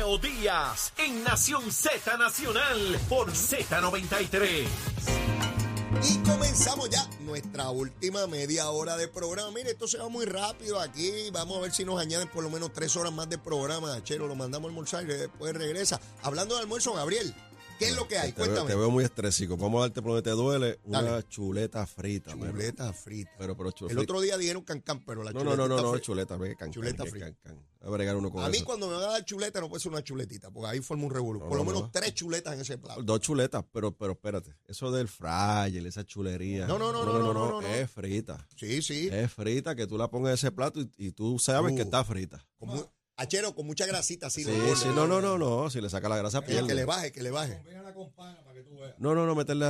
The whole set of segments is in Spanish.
Leo Díaz en Nación Z Nacional por Z93. Y comenzamos ya nuestra última media hora de programa. Mire, esto se va muy rápido aquí. Vamos a ver si nos añaden por lo menos 3 horas más de programa. Chero, lo mandamos a almorzar y después regresa. Hablando de almuerzo, Gabriel, ¿qué es lo que hay? Cuéntame. Te veo muy estrésico. Vamos a darte por donde te duele una Dale. chuleta frita. Chuleta frita. Pero chuleta. El otro día dijeron cancán, pero la No, chuleta no, frita. chuleta, ve, cancán, Chuleta ve, frita. cancán. A bregar uno con A mí eso. cuando me van a dar chuleta no puede ser una chuletita, porque ahí forma un revolú. Por lo menos 3 chuletas en ese plato. 2 chuletas, pero espérate. Eso del fryer, esa chulería. No. Es frita. Sí. Es frita, que tú la pongas en ese plato y tú sabes que está frita. Achero, con mucha grasita, así. Sí, no. Si le saca la grasa, pierde. Que le baje. No, meterle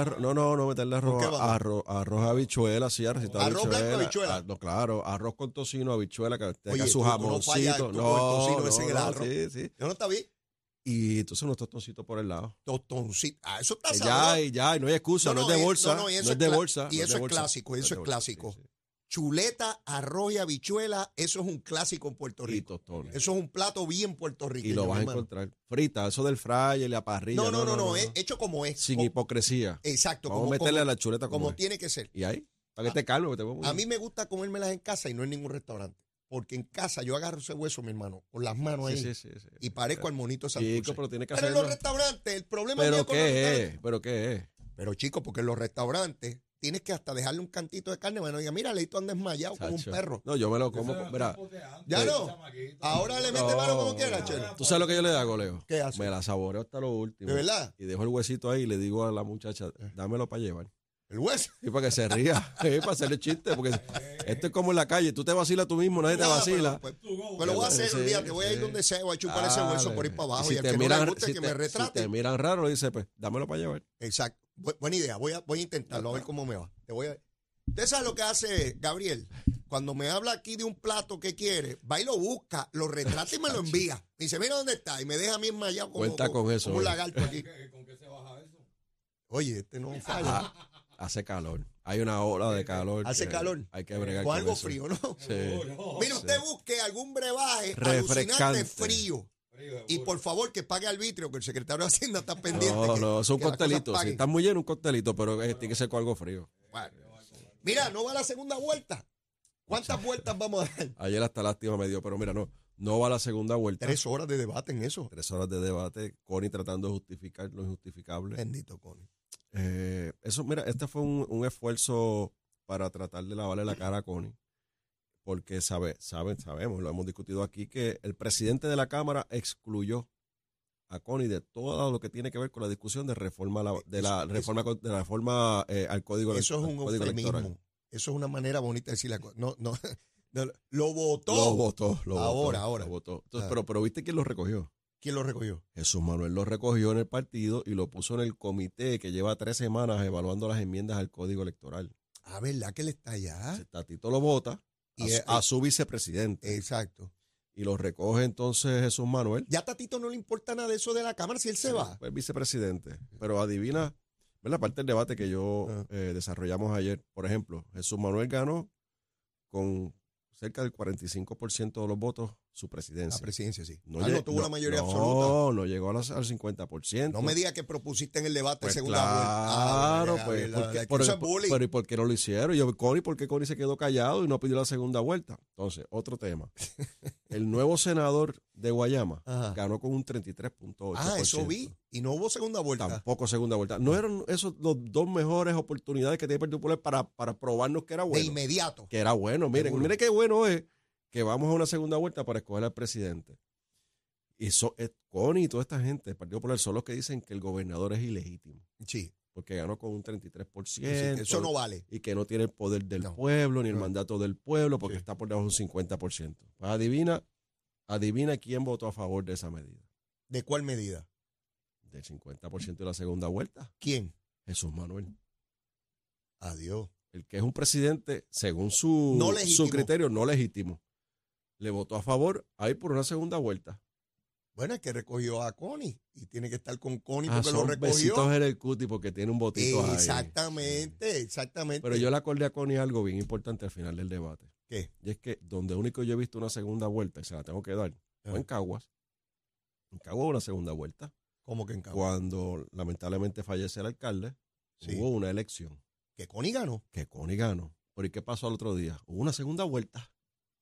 arroz, habichuela, sí, arrocito Arroz blanco, habichuela. No, claro, arroz con tocino, habichuela, que tenga Oye, su tú no fallas jamoncito. con el tocino ese en el arroz. Sí. No está bien. Y entonces unos tostoncitos por el lado. Tostoncito. Ah, eso está Ya, sabroso. y no hay excusa, no es de bolsa. No, No es de bolsa. Y eso es clásico, eso es clásico. Chuleta, arroz y habichuela, eso es un clásico en Puerto Y Rico. tostones. Eso es un plato bien puertorriqueño. Y lo vas a hermano. encontrar. Frita, eso del fryer, la parrilla. No, es hecho como es. Sin hipocresía. Exacto. Vamos a meterle a la chuleta como es. tiene que ser. Y ahí, para que te calme. Te A mí me gusta comérmelas en casa y no en ningún restaurante. Porque en casa yo agarro ese hueso, mi hermano, con las manos ahí. Sí. Y parezco al monito de Chico, Santurce. pero tiene que Pero en hacerlo. los restaurantes, el problema ¿Pero mío con los restaurantes. qué es? Pero chico, porque en los restaurantes tienes que hasta dejarle un cantito de carne, mano. Diga, mira, Leito anda desmayado como un Chacho. perro. No, yo me lo como. Mira, Ya no. Ahora le mete mano como quiera, Chelo. ¿tú sabes lo que yo le hago, Leo? ¿Qué hace? Me la saboreo hasta lo último. ¿De verdad? Y dejo el huesito ahí y le digo a la muchacha, dámelo para llevar. El hueso. Y para que se ría, para hacerle chiste, porque esto es como en la calle, tú te vacilas tú mismo, nadie te vacila. Pues lo voy a hacer un día, te voy a ir donde sea, voy a chupar ese hueso por ir para abajo. Y al que no le guste, que me retrate. Si te miran raro, le dice, pues, dámelo para llevar. Exacto. Buena idea, voy a intentarlo, a ver cómo me va. Usted sabe lo que hace Gabriel. Cuando me habla aquí de un plato que quiere, va y lo busca, lo retrata y me lo envía. Me dice, mira dónde está. Y me deja a mí enmayado Cuenta con eso, como un oye. lagarto aquí. ¿Con qué se baja eso? Oye, este no falla. Hace calor. Hay una ola de calor. Hace que calor. Hay que bregar Con con algo eso. frío, ¿no? Sí. Mire, usted busque algún brebaje Refrescante. alucinante frío. Y por favor, que pague arbitrio, que el secretario de Hacienda está pendiente. No, son que las cosas costelitos. Si paguen. están muy llenos, un costelito, pero tiene que ser con algo frío. Bueno. Mira, no va a la segunda vuelta. ¿Cuántas vueltas vamos a dar? Ayer hasta lástima me dio, pero mira, no va a la segunda vuelta. 3 horas de debate en eso. 3 horas de debate. Connie tratando de justificar lo injustificable. Bendito, Connie. Eso, mira, este fue un esfuerzo para tratar de lavarle la cara a Connie. Porque sabemos, lo hemos discutido aquí, que el presidente de la Cámara excluyó a Connie de todo lo que tiene que ver con la discusión de reforma al código Eso es un código eufemismo. electoral. Eso es una manera bonita de decir la cosa. No, lo votó. Ahora. Ahora. Lo votó. Entonces, pero ¿viste quién lo recogió? ¿Quién lo recogió? Jesús Manuel lo recogió en el partido y lo puso en el comité que lleva 3 semanas evaluando las enmiendas al código electoral. Ah, ¿verdad que él está allá? Ese Tatito lo vota a su vicepresidente. Exacto. Y lo recoge entonces Jesús Manuel. Ya a Tatito no le importa nada de eso de la Cámara si él se va. Pues vicepresidente. Pero adivina, ¿ves la parte del debate que yo desarrollamos ayer? Por ejemplo, Jesús Manuel ganó con cerca del 45% de los votos su presidencia. La presidencia, sí. No tuvo la mayoría absoluta. No llegó al 50%. No me diga que propusiste en el debate Pues segunda claro, vuelta. pues, Eso es bullying. pero ¿y por qué no lo hicieron? Yo, Connie, ¿por qué Connie se quedó callado y no pidió la segunda vuelta? Entonces, otro tema. El nuevo senador de Guayama Ajá. ganó con un 33.8%. Eso vi. Y no hubo segunda vuelta. Tampoco segunda vuelta. No eran esos los 2 mejores oportunidades que tiene el Partido Popular para probarnos que era bueno. De inmediato. Que era bueno. Miren qué bueno es que vamos a una segunda vuelta para escoger al presidente. Y Connie y toda esta gente del Partido Popular son los que dicen que el gobernador es ilegítimo. Sí. Porque ganó con un 33%. Sí, eso no vale. Y que no tiene el poder del pueblo, ni el mandato del pueblo, porque está por debajo de un 50%. Pues adivina quién votó a favor de esa medida. ¿De cuál medida? Del 50% de la segunda vuelta. ¿Quién? Jesús Manuel. Adiós. El que es un presidente, según su criterio, no legítimo. Le votó a favor a ir por una segunda vuelta. Bueno, es que recogió a Connie y tiene que estar con Connie porque lo son recogió. besitos en el cuti porque tiene un votito ahí. Exactamente. Pero yo le acordé a Connie algo bien importante al final del debate. ¿Qué? Y es que donde único yo he visto una segunda vuelta y se la tengo que dar, fue en Caguas. En Cagua hubo una segunda vuelta. ¿Cómo que en Cagua? Cuando lamentablemente fallece el alcalde, Sí. hubo una elección. ¿Que Connie ganó? Que Connie ganó. ¿Pero y qué pasó al otro día? Hubo una segunda vuelta.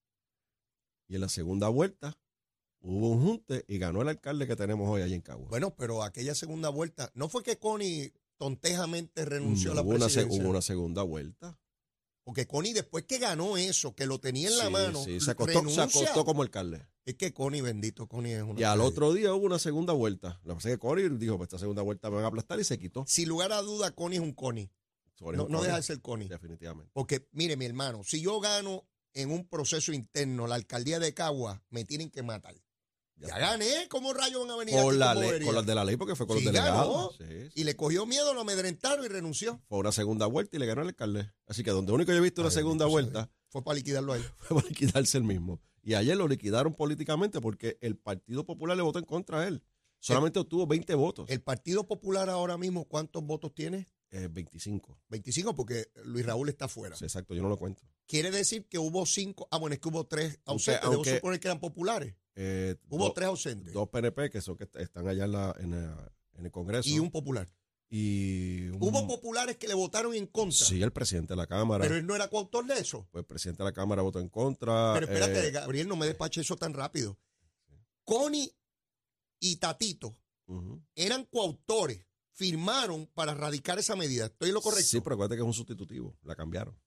Y en la segunda vuelta hubo un junte y ganó el alcalde que tenemos hoy allí en Cagua. Bueno, pero aquella segunda vuelta, ¿no fue que Connie tontejamente renunció a la hubo presidencia? una segunda vuelta. Porque Connie, después que ganó eso, que lo tenía en la Sí, mano, sí, se renuncia. acostó como alcalde. Es que Connie, bendito, Connie es una... Y al otro día hubo una segunda vuelta. Lo que pasa es que Connie dijo, pues esta segunda vuelta me van a aplastar y se quitó. Sin lugar a duda, Connie es un Connie. Connie No, es un no Connie. deja de ser Connie. Definitivamente. Porque, mire, mi hermano, si yo gano en un proceso interno la alcaldía de Cagua, me tienen que matar. Ya gané, ¿cómo rayos van a venir aquí Con la con ley, bobería? con las de la ley, porque fue con Sí, los delegados. ganó. Sí, Y le cogió miedo, lo amedrentaron y renunció. fue una segunda vuelta y le ganó el alcalde. Así que donde único yo he visto una Ay, segunda bendito sea vuelta Dios. Fue para liquidarlo a él. fue para liquidarse el mismo. Y ayer lo liquidaron políticamente porque el Partido Popular le votó en contra de él. Solamente obtuvo 20 votos. El Partido Popular ahora mismo, ¿cuántos votos tiene? 25. 25, porque Luis Raúl está fuera. Sí, exacto, yo no lo cuento. Quiere decir que hubo 5, bueno, es que hubo 3 ausentes, aunque- debo suponer que eran populares. Hubo 3 ausentes Dos PNP que son que están allá en el Congreso. y un popular. Y Hubo populares que le votaron en contra, Sí, el presidente de la Cámara. pero él no era coautor de eso. Pues el presidente de la Cámara votó en contra. Pero espérate, Gabriel, no me despache eso tan rápido. Connie y Tatito Ujú. eran coautores, firmaron para radicar esa medida. ¿Estoy en lo correcto? Sí, pero acuérdate que es un sustitutivo. La cambiaron.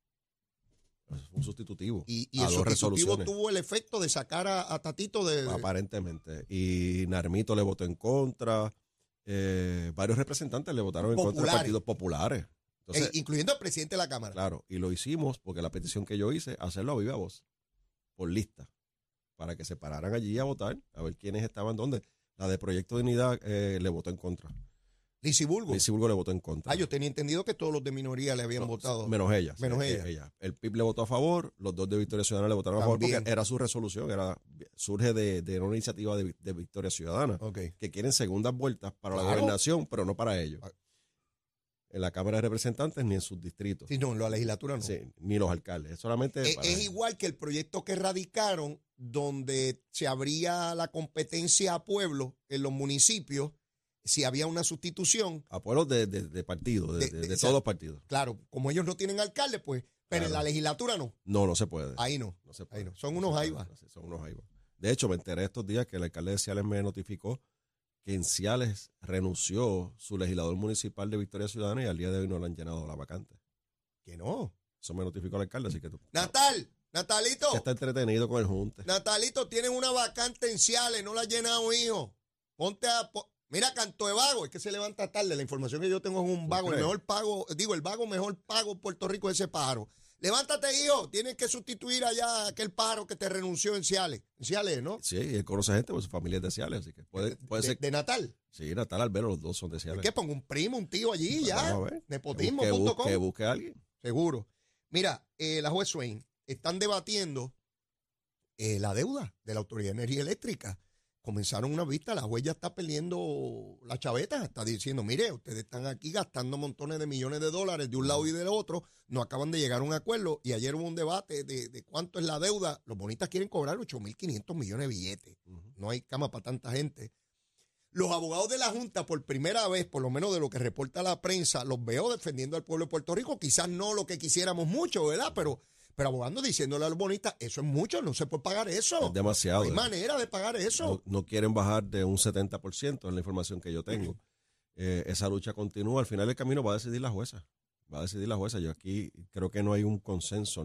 Es un sustitutivo. y a el dos sustitutivo resoluciones. tuvo el efecto de sacar a Tatito de... Aparentemente. Y Narmito le votó en contra. Varios representantes le votaron en contra de Populares. partidos populares. Entonces, incluyendo al presidente de la Cámara. claro, y lo hicimos porque la petición que yo hice, hacerlo a viva voz, por lista, para que se pararan allí a votar, a ver quiénes estaban dónde. La de Proyecto de Unidad le votó en contra. Lizy Burgos. Lizy Burgos le votó en contra. Yo tenía entendido que todos los de minoría le habían No, votado. Menos ella. Menos ella. El PIB le votó a favor, los dos de Victoria Ciudadana le votaron a favor También. porque era su resolución, surge de una iniciativa de Victoria Ciudadana, Ok. que quieren segundas vueltas para la Claro. gobernación, pero no para ellos. Ah. En la Cámara de Representantes ni en sus distritos. Sí, no, en la legislatura no. Sí, ni los alcaldes. Es solamente para Es ellos. igual que el proyecto que radicaron, donde se abría la competencia a pueblos en los municipios, si había una sustitución. A pueblos de partidos, de o sea, todos los partidos. Claro, como ellos no tienen alcalde, pues, pero en Claro. la legislatura no. No se puede. Ahí no. No se puede. Ahí no. Son No unos se puede. jaivas. Sí, son unos jaivas. De hecho, me enteré estos días que el alcalde de Ciales me notificó que en Ciales renunció su legislador municipal de Victoria Ciudadana y al día de hoy no le han llenado la vacante. Que no. Eso me notificó el alcalde, así que tú. Natalito, Que está entretenido con el junte. Natalito, tienes una vacante en Ciales, no la has llenado, hijo. Ponte a... Mira, Canto de Vago, es que se levanta tarde. La información que yo tengo es un vago. El crees? mejor pago, el vago mejor pago en Puerto Rico es ese pájaro. Levántate, hijo. Tienes que sustituir allá a aquel pájaro que te renunció en Ciales. En Ciales, ¿no? Sí, y él conoce gente, pues su familia es de Ciales, así que puede ser. De Natal. Sí, Natal Albero, los dos son de Ciales. ¿Qué pongo? Un primo, un tío allí, ya. Vamos a ver. Nepotismo.com. Que busque a alguien. Seguro. Mira, la juez Swain están debatiendo la deuda de la Autoridad de Energía Eléctrica. Comenzaron una vista, la juez ya está perdiendo la chaveta, está diciendo, mire, ustedes están aquí gastando montones de millones de dólares de un lado y del otro, no acaban de llegar a un acuerdo, y ayer hubo un debate de cuánto es la deuda. Los bonistas quieren cobrar 8.500 millones de billetes, no hay cama para tanta gente. Los abogados de la Junta, por primera vez, por lo menos de lo que reporta la prensa, los veo defendiendo al pueblo de Puerto Rico, quizás no lo que quisiéramos mucho, ¿verdad? Pero abogando, diciéndole a los bonistas, eso es mucho, no se puede pagar eso. Es demasiado. No hay manera de pagar eso. No quieren bajar de un 70%, es la información que yo tengo. Esa lucha continúa. Al final del camino va a decidir la jueza. Va a decidir la jueza. Yo aquí creo que no hay un consenso,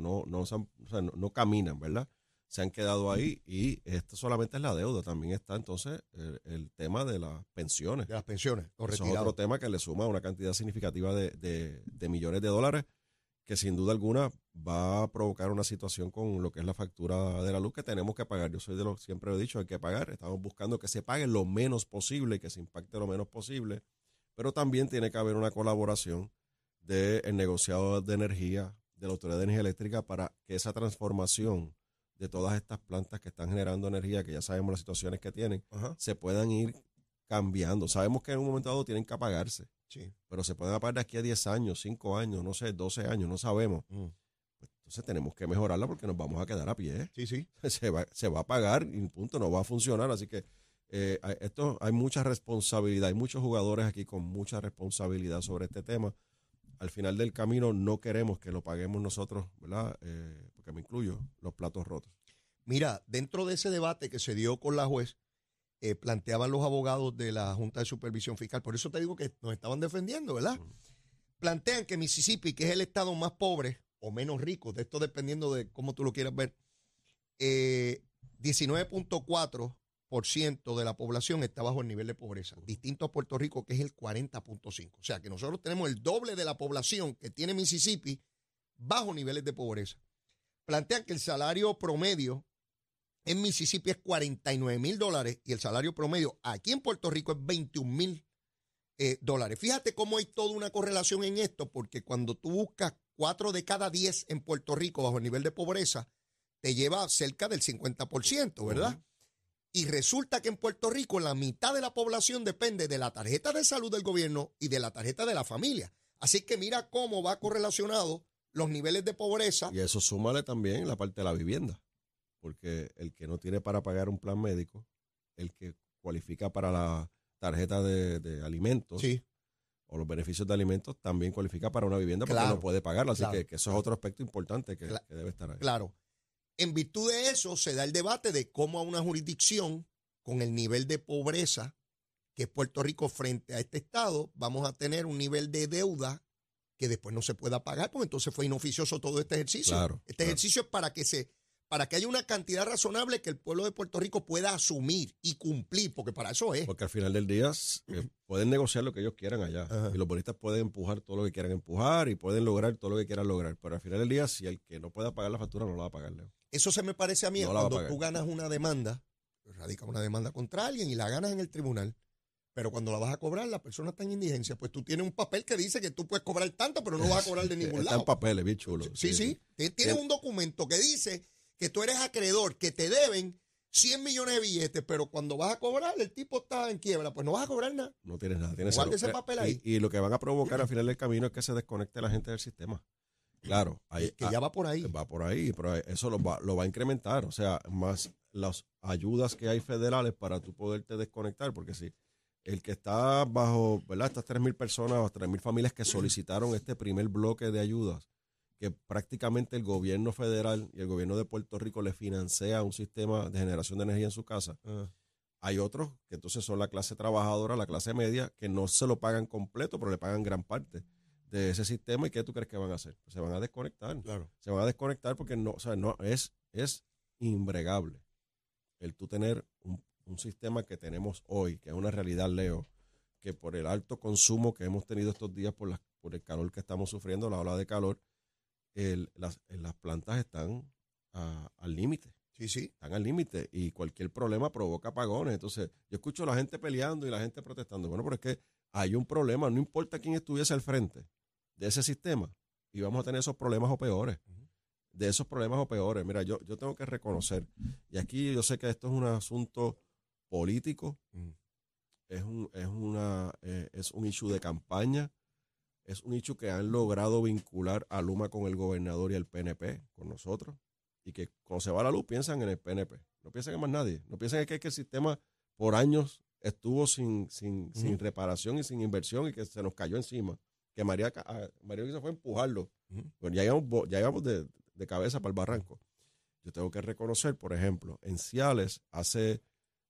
no caminan, ¿verdad? Se han quedado ahí y esto solamente es la deuda. También está entonces el tema de las pensiones. De las pensiones, los Eso es retirados. otro tema que le suma una cantidad significativa de millones de dólares que sin duda alguna va a provocar una situación con lo que es la factura de la luz que tenemos que pagar. Yo soy de los que siempre he dicho, hay que pagar. Estamos buscando que se pague lo menos posible, que se impacte lo menos posible, pero también tiene que haber una colaboración del negociado de energía, de la Autoridad de Energía Eléctrica, para que esa transformación de todas estas plantas que están generando energía, que ya sabemos las situaciones que tienen, Ajá. se puedan ir cambiando. Sabemos que en un momento dado tienen que apagarse, Sí. pero se pueden apagar de aquí a 10 años, 5 años, no sé, 12 años, no sabemos. Pues, entonces tenemos que mejorarla porque nos vamos a quedar a pie. Sí, sí. Se va a apagar y punto, no va a funcionar. Así que Hay mucha responsabilidad, hay muchos jugadores aquí con mucha responsabilidad sobre este tema. Al final del camino no queremos que lo paguemos nosotros, ¿verdad? Porque me incluyo, los platos rotos. Mira, dentro de ese debate que se dio con la juez, planteaban los abogados de la Junta de Supervisión Fiscal, por eso te digo que nos estaban defendiendo, ¿verdad? Plantean que Mississippi, que es el estado más pobre o menos rico, de esto dependiendo de cómo tú lo quieras ver, 19.4% de la población está bajo el nivel de pobreza, distinto a Puerto Rico, que es el 40.5%. O sea, que nosotros tenemos el doble de la población que tiene Mississippi bajo niveles de pobreza. Plantean que el salario promedio en Mississippi es $49,000 y el salario promedio aquí en Puerto Rico es $21,000. Fíjate cómo hay toda una correlación en esto, porque cuando tú buscas 4 de cada 10 en Puerto Rico bajo el nivel de pobreza, te lleva cerca del 50%, ¿verdad? Y resulta que en Puerto Rico la mitad de la población depende de la tarjeta de salud del gobierno y de la tarjeta de la familia. Así que mira cómo va correlacionado los niveles de pobreza. Y eso súmale también la parte de la vivienda, porque el que no tiene para pagar un plan médico, el que cualifica para la tarjeta de alimentos, Sí. o los beneficios de alimentos, también cualifica para una vivienda porque Claro, no puede pagarla. Así claro. que eso es otro aspecto importante que debe estar ahí. Claro. En virtud de eso se da el debate de cómo a una jurisdicción con el nivel de pobreza que es Puerto Rico frente a este estado, vamos a tener un nivel de deuda que después no se pueda pagar, porque entonces fue inoficioso todo este ejercicio. Claro, Ejercicio es para que haya una cantidad razonable que el pueblo de Puerto Rico pueda asumir y cumplir, porque para eso es. Porque al final del día pueden negociar lo que ellos quieran allá. Ajá. Y los bonistas pueden empujar todo lo que quieran empujar y pueden lograr todo lo que quieran lograr. Pero al final del día, si el que no pueda pagar la factura no la va a pagar, Leo. Eso se me parece a mí No la va a cuando pagar. tú ganas una demanda, radicas una demanda contra alguien y la ganas en el tribunal, pero cuando la vas a cobrar, la persona está en indigencia. Pues tú tienes un papel que dice que tú puedes cobrar tanto, pero no vas a cobrar de ningún Está lado. en papeles, bien chulo. Sí. Tienes un documento que dice que tú eres acreedor, que te deben 100 millones de billetes, pero cuando vas a cobrar, el tipo está en quiebra. Pues no vas a cobrar nada. No tienes nada. Tienes Guarda cero. ese papel ahí. Y lo que van a provocar al final del camino es que se desconecte la gente del sistema. Claro. Que ya va por ahí. Va por ahí, pero eso lo va a incrementar. O sea, más las ayudas que hay federales para tú poderte desconectar, porque si el que está bajo, ¿verdad? Estas 3,000 personas o 3,000 familias que solicitaron este primer bloque de ayudas, que prácticamente el gobierno federal y el gobierno de Puerto Rico le financia un sistema de generación de energía en su casa. Hay otros que entonces son la clase trabajadora, la clase media, que no se lo pagan completo, pero le pagan gran parte de ese sistema. ¿Y qué tú crees que van a hacer? Pues se van a desconectar. Claro. Se van a desconectar porque no es imbregable el tú tener un sistema que tenemos hoy, que es una realidad, Leo, que por el alto consumo que hemos tenido estos días por el calor que estamos sufriendo, la ola de calor, las plantas están al límite. Sí. Están al límite y cualquier problema provoca apagones. Entonces, yo escucho a la gente peleando y la gente protestando. Bueno, pero es que hay un problema, no importa quién estuviese al frente de ese sistema, y vamos a tener esos problemas o peores. De esos problemas o peores. Mira, yo tengo que reconocer, y aquí yo sé que esto es un asunto político, es un issue de campaña, es un issue que han logrado vincular a Luma con el gobernador y el PNP, con nosotros, y que cuando se va la luz piensan en el PNP, no piensan en más nadie, no piensan en que el sistema por años estuvo sin reparación y sin inversión y que se nos cayó encima, que María Luisa fue a empujarlo. Bueno, ya íbamos de cabeza para el barranco. Yo tengo que reconocer, por ejemplo, en Ciales, hace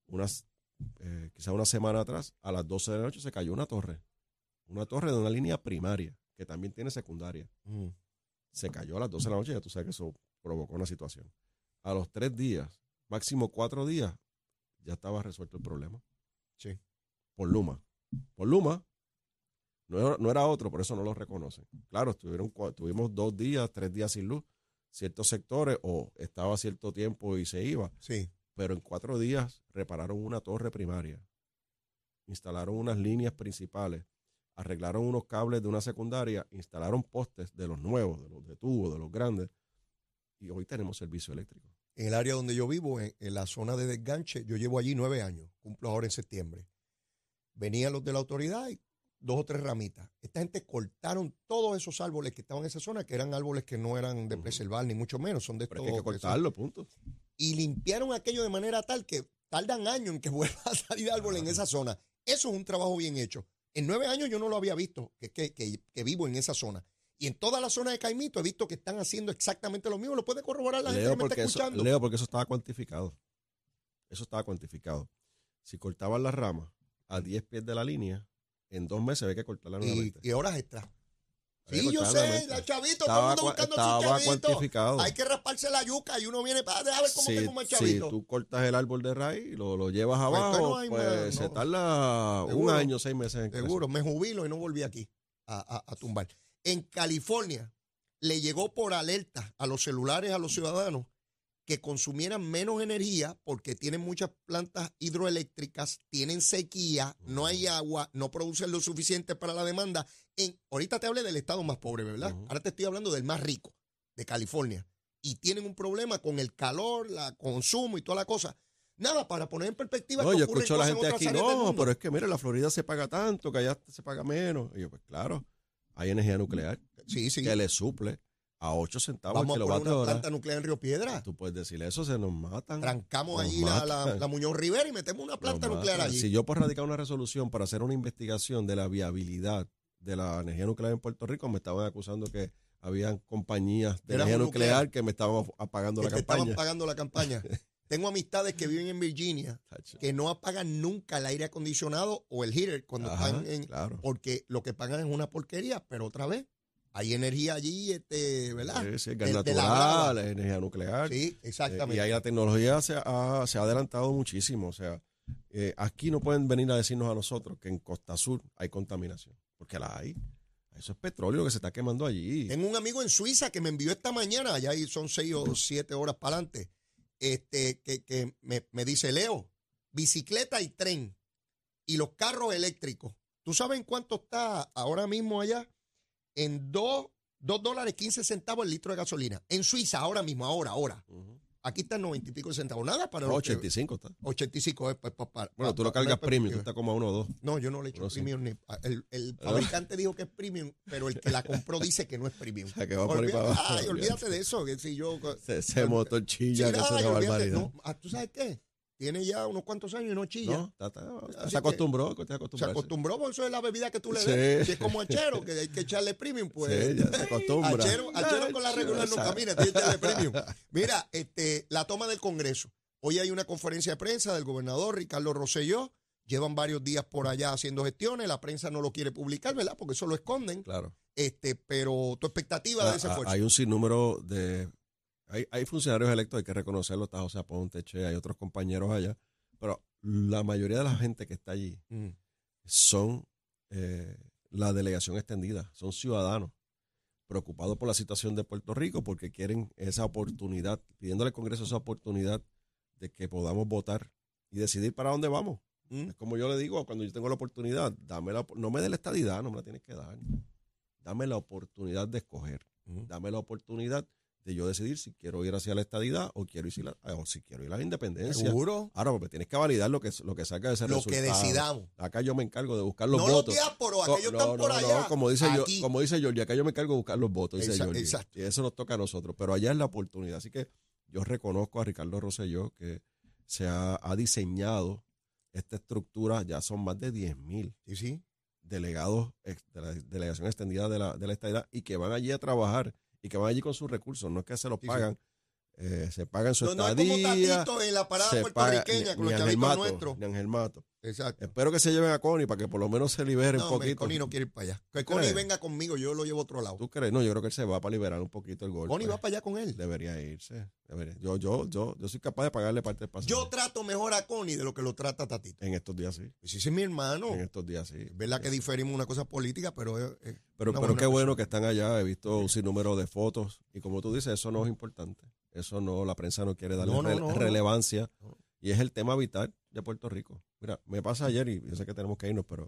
quizá una semana atrás, a las 12 de la noche se cayó una torre de una línea primaria, que también tiene secundaria. Se cayó a las 12 de la noche, ya tú sabes que eso provocó una situación. A los 3 días, máximo 4 días, ya estaba resuelto el problema. Sí. Por Luma. No era otro, por eso no lo reconocen. Claro, tuvimos 2 días, 3 días sin luz, ciertos sectores, o estaba cierto tiempo y se iba. Sí. Pero en 4 días repararon una torre primaria, instalaron unas líneas principales, arreglaron unos cables de una secundaria, instalaron postes de los nuevos, de los de tubo, de los grandes, y hoy tenemos servicio eléctrico. En el área donde yo vivo, en la zona de desganche, yo llevo allí 9 años, cumplo ahora en septiembre. Venían los de la autoridad y 2 o 3 ramitas. Esta gente cortaron todos esos árboles que estaban en esa zona, que eran árboles que no eran de preservar, ni mucho menos, son de Pero estos. hay que cortarlo, punto. Y limpiaron aquello de manera tal que tardan años en que vuelva a salir árbol en esa zona. Eso es un trabajo bien hecho. En 9 años yo no lo había visto, que vivo en esa zona. Y en toda la zona de Caimito he visto que están haciendo exactamente lo mismo. Lo puede corroborar la gente que me está escuchando. Leo, porque eso estaba cuantificado. Eso estaba cuantificado. Si cortaban las ramas a 10 pies de la línea, en 2 meses había que cortarla nuevamente. Y horas extra. Sí, yo sé, la chavito, todo el mundo buscando su chavito. Cuantificado. Hay que rasparse la yuca y uno viene para ver cómo tengo más chavito. Si tú cortas el árbol de raíz, lo llevas abajo, pues se tarda un año, 6 meses. Seguro, me jubilo y no volví aquí a tumbar. En California le llegó por alerta a los celulares, a los ciudadanos, que consumieran menos energía porque tienen muchas plantas hidroeléctricas, tienen sequía, no hay agua, no producen lo suficiente para la demanda. Ahorita te hablé del estado más pobre, ¿verdad? Ahora te estoy hablando del más rico, de California. Y tienen un problema con el calor, el consumo y toda la cosa. Nada, para poner en perspectiva. No, yo escucho a la gente aquí, no, pero es que mira, la Florida se paga tanto, que allá se paga menos. Y yo, pues claro, hay energía nuclear que le suple a 8 centavos Vamos el kilovatio a poner una planta nuclear en Río Piedra. Tú puedes decirle eso, se nos matan. Trancamos allí la Muñoz Rivera y metemos una planta nuclear allí. Si yo por radicar una resolución para hacer una investigación de la viabilidad de la energía nuclear en Puerto Rico, me estaban acusando que habían compañías de energía nuclear que me estaban apagando la campaña. Estaban pagando la campaña. Tengo amistades que viven en Virginia que no apagan nunca el aire acondicionado o el heater cuando están porque lo que pagan es una porquería, pero otra vez hay energía allí, ¿verdad? Sí, gas natural, energía nuclear. Sí, exactamente. Y ahí la tecnología se ha adelantado muchísimo. O sea, aquí no pueden venir a decirnos a nosotros que en Costa Sur hay contaminación, porque la hay. Eso es petróleo que se está quemando allí. Tengo un amigo en Suiza que me envió esta mañana, allá son 6 o 7 horas para adelante, que me dice, Leo, bicicleta y tren y los carros eléctricos. ¿Tú sabes en cuánto está ahora mismo allá? En $2.15 el litro de gasolina. En Suiza, ahora mismo, ahora. Aquí está en 90 y pico de centavos. Nada para los 85 está. 85 bueno, tú lo cargas premium, tú estás como a 1 o 2. No, yo no le echo premium. El fabricante dijo que es premium, pero el que la compró dice que no es premium. O sea, que va por ahí para abajo. Ay, olvídate de eso. Que si yo, ese motor chilla, que es una barbaridad. No, ¿tú sabes qué? Tiene ya unos cuantos años y no chilla. No, se acostumbró. Se acostumbró, por eso es la bebida que tú le des. Si es como achero, que hay que echarle premium, pues. Sí, ya se acostumbra. Achero con la regular no camina, tiene que echarle premium. Mira, la toma del Congreso. Hoy hay una conferencia de prensa del gobernador Ricardo Rosselló. Llevan varios días por allá haciendo gestiones. La prensa no lo quiere publicar, ¿verdad? Porque eso lo esconden. Claro. Pero tu expectativa de ese esfuerzo. Hay un sinnúmero de... Hay funcionarios electos, hay que reconocerlo, está José Aponte, hay otros compañeros allá, pero la mayoría de la gente que está allí son la delegación extendida, son ciudadanos preocupados por la situación de Puerto Rico porque quieren esa oportunidad, pidiéndole al Congreso esa oportunidad de que podamos votar y decidir para dónde vamos. Es como yo le digo, cuando yo tengo la oportunidad, no me dé la estadidad, no me la tienes que dar. Dame la oportunidad de escoger, dame la oportunidad de yo decidir si quiero ir hacia la estadidad o si quiero ir a la independencia. ¿Seguro? Ahora, porque tienes que validar lo que salga de ese resultado. Lo que decidamos. Acá yo me encargo de buscar los votos. No los diásporos, aquellos están por allá. Como dice Georgie, acá yo me encargo de buscar los votos, dice Georgie. Exacto. Y eso nos toca a nosotros. Pero allá es la oportunidad. Así que yo reconozco a Ricardo Rosselló que se ha diseñado esta estructura, ya son más de 10,000 delegados de la delegación extendida de la estadidad y que van allí a trabajar y que van allí con sus recursos, no es que se los pagan, se pagan su estadía. No es como Tatito en la parada puertorriqueña con los chavitos nuestros. Ni Ángel Mato. Exacto. Espero que se lleven a Connie para que por lo menos se libere un poquito. Connie no quiere ir para allá. Que Connie venga conmigo, yo lo llevo a otro lado. ¿Tú crees? No, yo creo que él se va para liberar un poquito el golpe. Connie va para allá con él. Debería irse. Yo soy capaz de pagarle parte del pasaje. Yo trato mejor a Connie de lo que lo trata Tatito. En estos días sí. Pues ese es mi hermano. En estos días sí. Es verdad que diferimos una cosa política, pero Pero qué bueno que están allá. He visto un sinnúmero de fotos. Y como tú dices, eso no es importante. Eso no, la prensa no quiere darle relevancia. No. Y es el tema vital de Puerto Rico. Mira, me pasa ayer y yo sé que tenemos que irnos, pero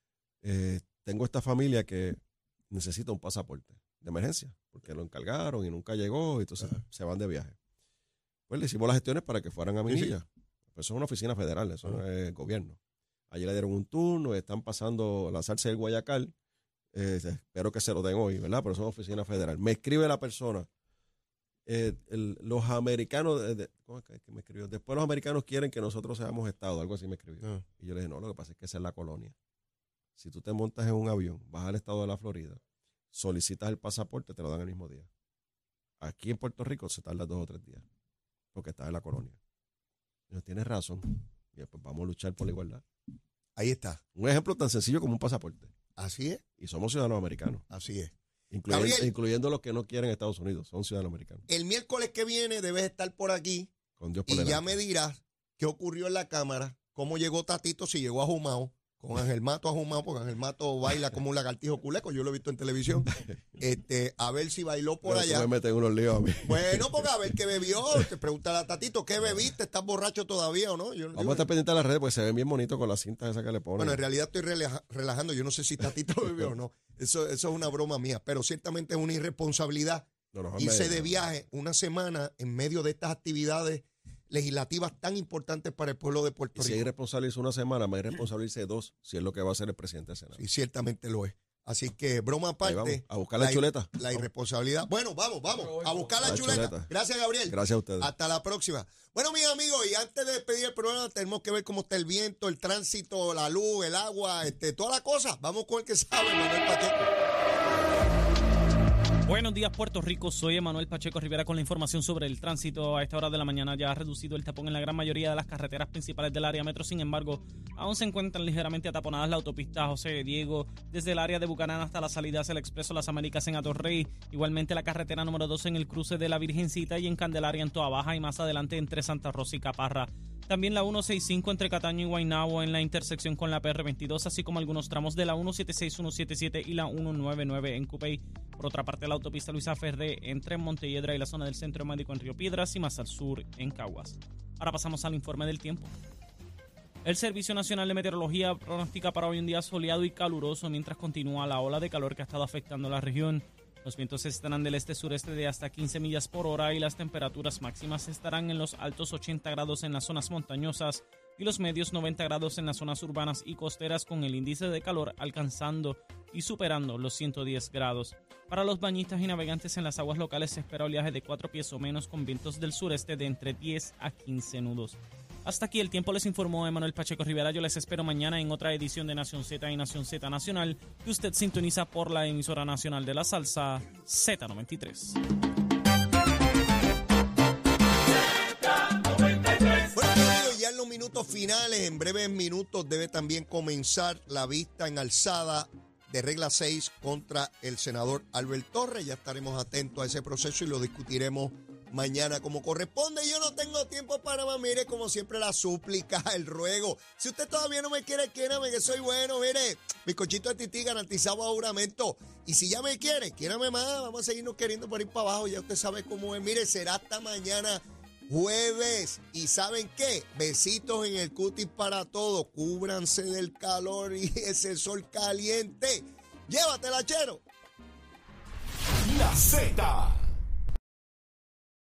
tengo esta familia que necesita un pasaporte de emergencia porque lo encargaron y nunca llegó y entonces se van de viaje. Pues le hicimos las gestiones para que fueran a Minilla. Pues eso es una oficina federal, eso no es gobierno. Ayer le dieron un turno, están pasando a lanzarse el Guayacal. Espero que se lo den hoy, ¿verdad? Pero eso es una oficina federal. Me escribe la persona los americanos, ¿cómo es que me escribió? Después los americanos quieren que nosotros seamos Estado, algo así me escribió. Y yo le dije, no, lo que pasa es que esa es la colonia. Si tú te montas en un avión, vas al estado de la Florida, solicitas el pasaporte, te lo dan el mismo día. Aquí en Puerto Rico se tarda 2 o 3 días, porque estás en la colonia. No tienes razón. Y pues vamos a luchar por la igualdad. Ahí está. Un ejemplo tan sencillo como un pasaporte. Así es. Y somos ciudadanos americanos. Así es. Incluyendo los que no quieren Estados Unidos, son ciudadanos americanos. El miércoles que viene debes estar por aquí. Con Dios por y delante. ya me dirás qué ocurrió en la Cámara, cómo llegó Tatito, si llegó a Jumao, con Ángel Mato a Jumao, porque Ángel Mato baila como un lagartijo culeco, yo lo he visto en televisión. A ver si bailó por allá. Me meten unos líos a mí. Bueno, porque a ver qué bebió. Te pregunta a Tatito, ¿qué bebiste? ¿Estás borracho todavía o no? Vamos a estar pendientes de las redes, porque se ven bien bonitos con las cintas esas que le ponen. Bueno, en realidad estoy relajando. Yo no sé si Tatito bebió o no. Eso es una broma mía, pero ciertamente es una irresponsabilidad irse de viaje una semana en medio de estas actividades legislativas tan importantes para el pueblo de Puerto Rico. Si es irresponsable irse una semana, más irresponsable irse 2, si es lo que va a hacer el presidente del Senado. Y ciertamente lo es. Así que, broma aparte. Vamos, a buscar la chuleta. La irresponsabilidad. Bueno, vamos. A buscar la chuleta. Gracias, Gabriel. Gracias a ustedes. Hasta la próxima. Bueno, mis amigos, y antes de despedir el programa, tenemos que ver cómo está el viento, el tránsito, la luz, el agua, toda la cosa. Vamos con el que sabe, Manuel Pacheco. Buenos días, Puerto Rico. Soy Emanuel Pacheco Rivera con la información sobre el tránsito. A esta hora de la mañana ya ha reducido el tapón en la gran mayoría de las carreteras principales del área metro. Sin embargo, aún se encuentran ligeramente ataponadas la autopista José Diego desde el área de Bucanán hasta la salida hacia el Expreso Las Américas en Atorrey. Igualmente la carretera número 2 en el cruce de la Virgencita y en Candelaria en Toa Baja y más adelante entre Santa Rosa y Caparra. También la 165 entre Cataño y Guaynabo en la intersección con la PR22, así como algunos tramos de la 176, 177 y la 199 en Cupey. Por otra parte, la autopista Luisa Ferré entre Montelledra y la zona del Centro Médico en Río Piedras y más al sur en Caguas. Ahora pasamos al informe del tiempo. El Servicio Nacional de Meteorología pronostica para hoy un día soleado y caluroso mientras continúa la ola de calor que ha estado afectando la región. Los vientos estarán del este-sureste de hasta 15 millas por hora y las temperaturas máximas estarán en los altos 80 grados en las zonas montañosas y los medios 90 grados en las zonas urbanas y costeras, con el índice de calor alcanzando y superando los 110 grados. Para los bañistas y navegantes en las aguas locales se espera oleaje de 4 pies o menos con vientos del sureste de entre 10 a 15 nudos. Hasta aquí el tiempo, les informó Emanuel Pacheco Rivera. Yo les espero mañana en otra edición de Nación Z y Nación Z Nacional, que usted sintoniza por la emisora nacional de la salsa Z93. Bueno, amigos, ya en los minutos finales, en breves minutos, debe también comenzar la vista en alzada de regla 6 contra el senador Albert Torres. Ya estaremos atentos a ese proceso y lo discutiremos mañana como corresponde. Yo no tengo tiempo para más, mire, como siempre la súplica, el ruego. Si usted todavía no me quiere, quiérame que soy bueno, mire, bizcochito de tití garantizado a juramento. Y si ya me quiere, quiérame más, vamos a seguirnos queriendo por ir para abajo, ya usted sabe cómo es. Mire, será hasta mañana jueves. ¿Y saben qué? Besitos en el cutis para todos. Cúbranse del calor y ese sol caliente. Llévatela, Chero. La Z.